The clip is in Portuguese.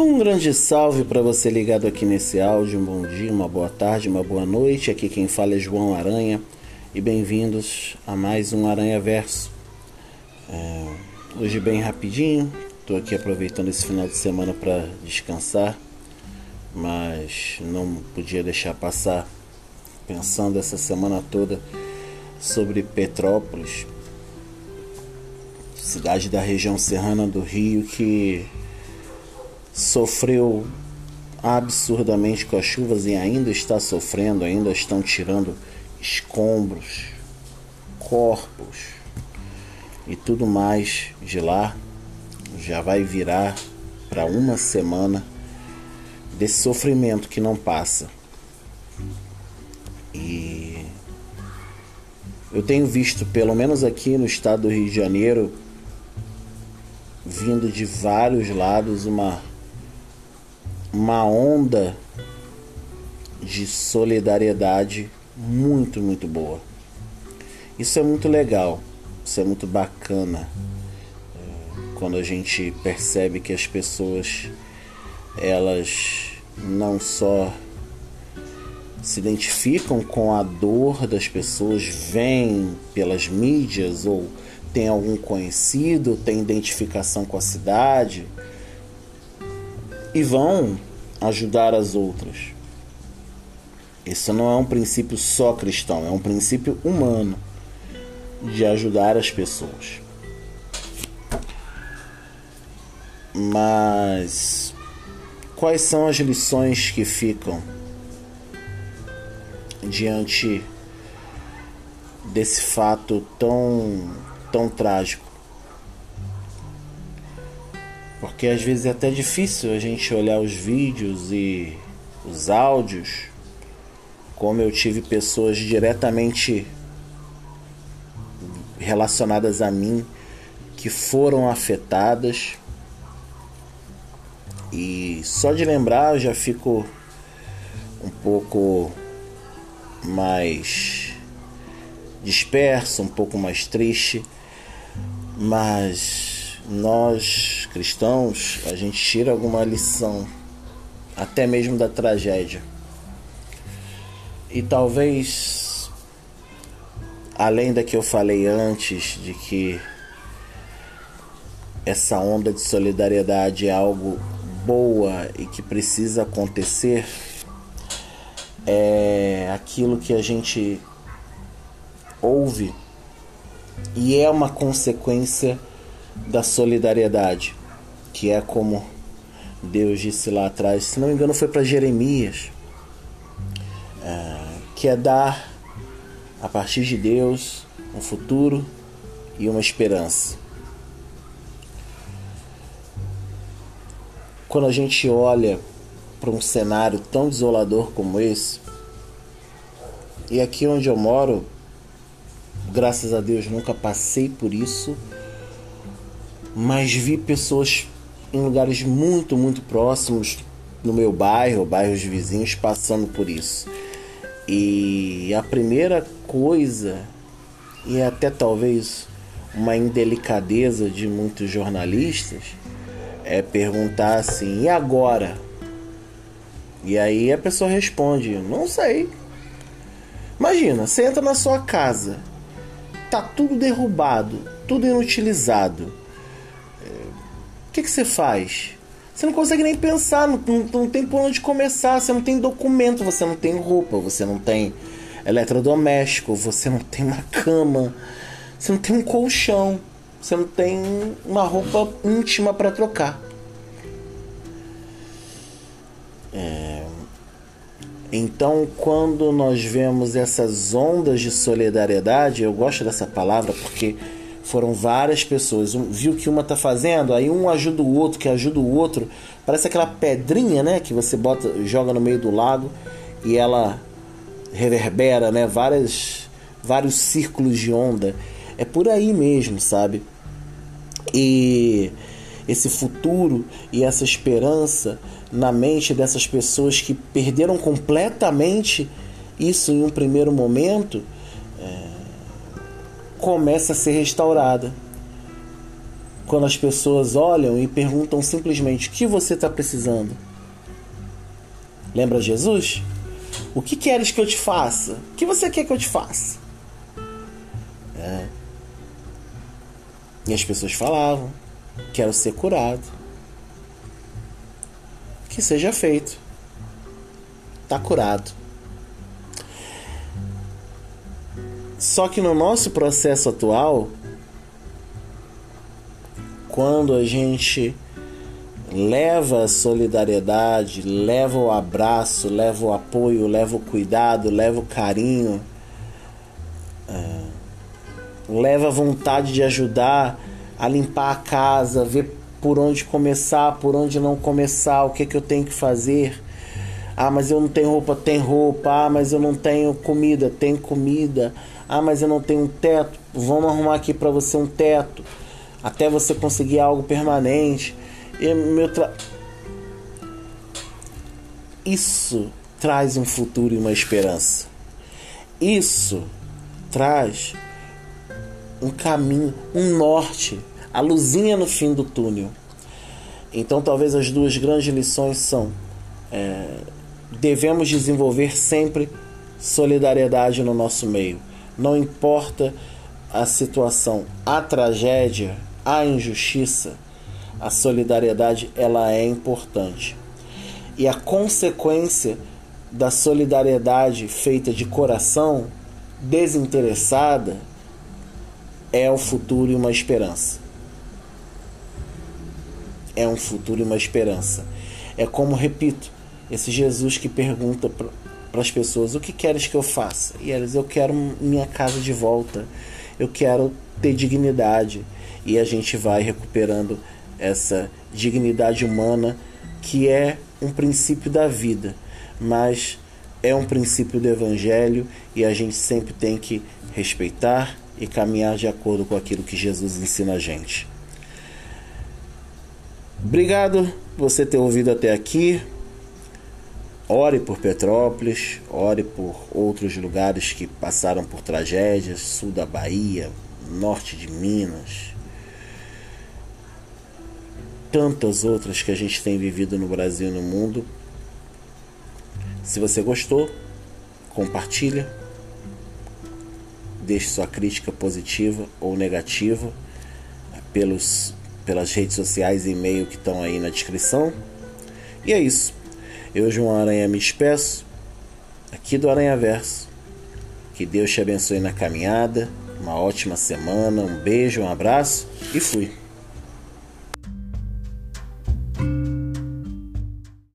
Um grande salve para você ligado aqui nesse áudio, um bom dia, uma boa tarde, uma boa noite. Aqui quem fala é João Aranha e bem-vindos a mais um Aranha Verso. Hoje bem rapidinho, estou aqui aproveitando esse final de semana para descansar, mas não podia deixar passar pensando essa semana toda sobre Petrópolis, cidade da região serrana do Rio que sofreu absurdamente com as chuvas e ainda está sofrendo, ainda estão tirando escombros, corpos e tudo mais de lá. Já vai virar para uma semana desse sofrimento que não passa. E eu tenho visto, pelo menos aqui no estado do Rio de Janeiro, vindo de vários lados uma onda de solidariedade muito, muito boa. Isso é muito legal, isso é muito bacana, quando a gente percebe que as pessoas, elas não só se identificam com a dor das pessoas, veem pelas mídias ou tem algum conhecido, tem identificação com a cidade e vão ajudar as outras. Isso não é um princípio só cristão, é um princípio humano de ajudar as pessoas. Mas quais são as lições que ficam diante desse fato tão trágico? Porque às vezes é até difícil a gente olhar os vídeos e os áudios, como eu tive pessoas diretamente relacionadas a mim que foram afetadas, e só de lembrar eu já fico um pouco mais disperso, um pouco mais triste. Mas nós cristãos, a gente tira alguma lição até mesmo da tragédia. E talvez, além da que eu falei antes, de que essa onda de solidariedade é algo boa e que precisa acontecer, é aquilo que a gente ouve e é uma consequência da solidariedade, que é como Deus disse lá atrás, se não me engano foi para Jeremias, que é dar a partir de Deus um futuro e uma esperança. Quando a gente olha para um cenário tão desolador como esse, e aqui onde eu moro, graças a Deus nunca passei por isso, mas vi pessoas em lugares muito, muito próximos no meu bairro, bairros vizinhos, passando por isso. E a primeira coisa, e até talvez uma indelicadeza de muitos jornalistas, é perguntar assim, e agora? E aí a pessoa responde, não sei. Imagina, você entra na sua casa, tá tudo derrubado, tudo inutilizado. O que você faz? Você não consegue nem pensar, não tem por onde começar, você não tem documento, você não tem roupa, você não tem eletrodoméstico, você não tem uma cama, você não tem um colchão, você não tem uma roupa íntima para trocar. Então, quando nós vemos essas ondas de solidariedade, eu gosto dessa palavra porque foram várias pessoas, viu que uma tá fazendo, aí um ajuda o outro, que ajuda o outro, parece aquela pedrinha, né, que você joga no meio do lago e ela reverbera, né, vários círculos de onda. É por aí mesmo, sabe? E esse futuro e essa esperança na mente dessas pessoas que perderam completamente isso em um primeiro momento, começa a ser restaurada. quando as pessoas olham e perguntam simplesmente: o que você está precisando? Lembra Jesus? O que queres que eu te faça? O que você quer que eu te faça? E as pessoas falavam: quero ser curado. Que seja feito. Está curado. Só que no nosso processo atual, quando a gente leva a solidariedade, leva o abraço, leva o apoio, leva o cuidado, leva o carinho, leva a vontade de ajudar a limpar a casa, ver por onde começar, por onde não começar, o que eu tenho que fazer. Ah, mas eu não tenho roupa, tem roupa. Ah, mas eu não tenho comida, tem comida. Ah, mas eu não tenho um teto, vamos arrumar aqui para você um teto, até você conseguir algo permanente. E isso traz um futuro e uma esperança. Isso traz um caminho, um norte, a luzinha no fim do túnel. Então talvez as duas grandes lições são: devemos desenvolver sempre solidariedade no nosso meio. Não importa a situação, a tragédia, a injustiça, a solidariedade ela é importante. E a consequência da solidariedade feita de coração, desinteressada, é o futuro e uma esperança. É um futuro e uma esperança. É como, repito, esse Jesus que pergunta para as pessoas: o que queres que eu faça? E elas: eu quero minha casa de volta, eu quero ter dignidade. E a gente vai recuperando essa dignidade humana, que é um princípio da vida, mas é um princípio do Evangelho, e a gente sempre tem que respeitar e caminhar de acordo com aquilo que Jesus ensina a gente. Obrigado por você ter ouvido até aqui. Ore por Petrópolis, ore por outros lugares que passaram por tragédias, sul da Bahia, norte de Minas, tantas outras que a gente tem vivido no Brasil e no mundo. Se você gostou, compartilha, deixe sua crítica positiva ou negativa pelas redes sociais e e-mail que estão aí na descrição. E é isso. Eu, João Aranha, me despeço aqui do Aranha Verso. Que Deus te abençoe na caminhada. Uma ótima semana. Um beijo, um abraço e fui.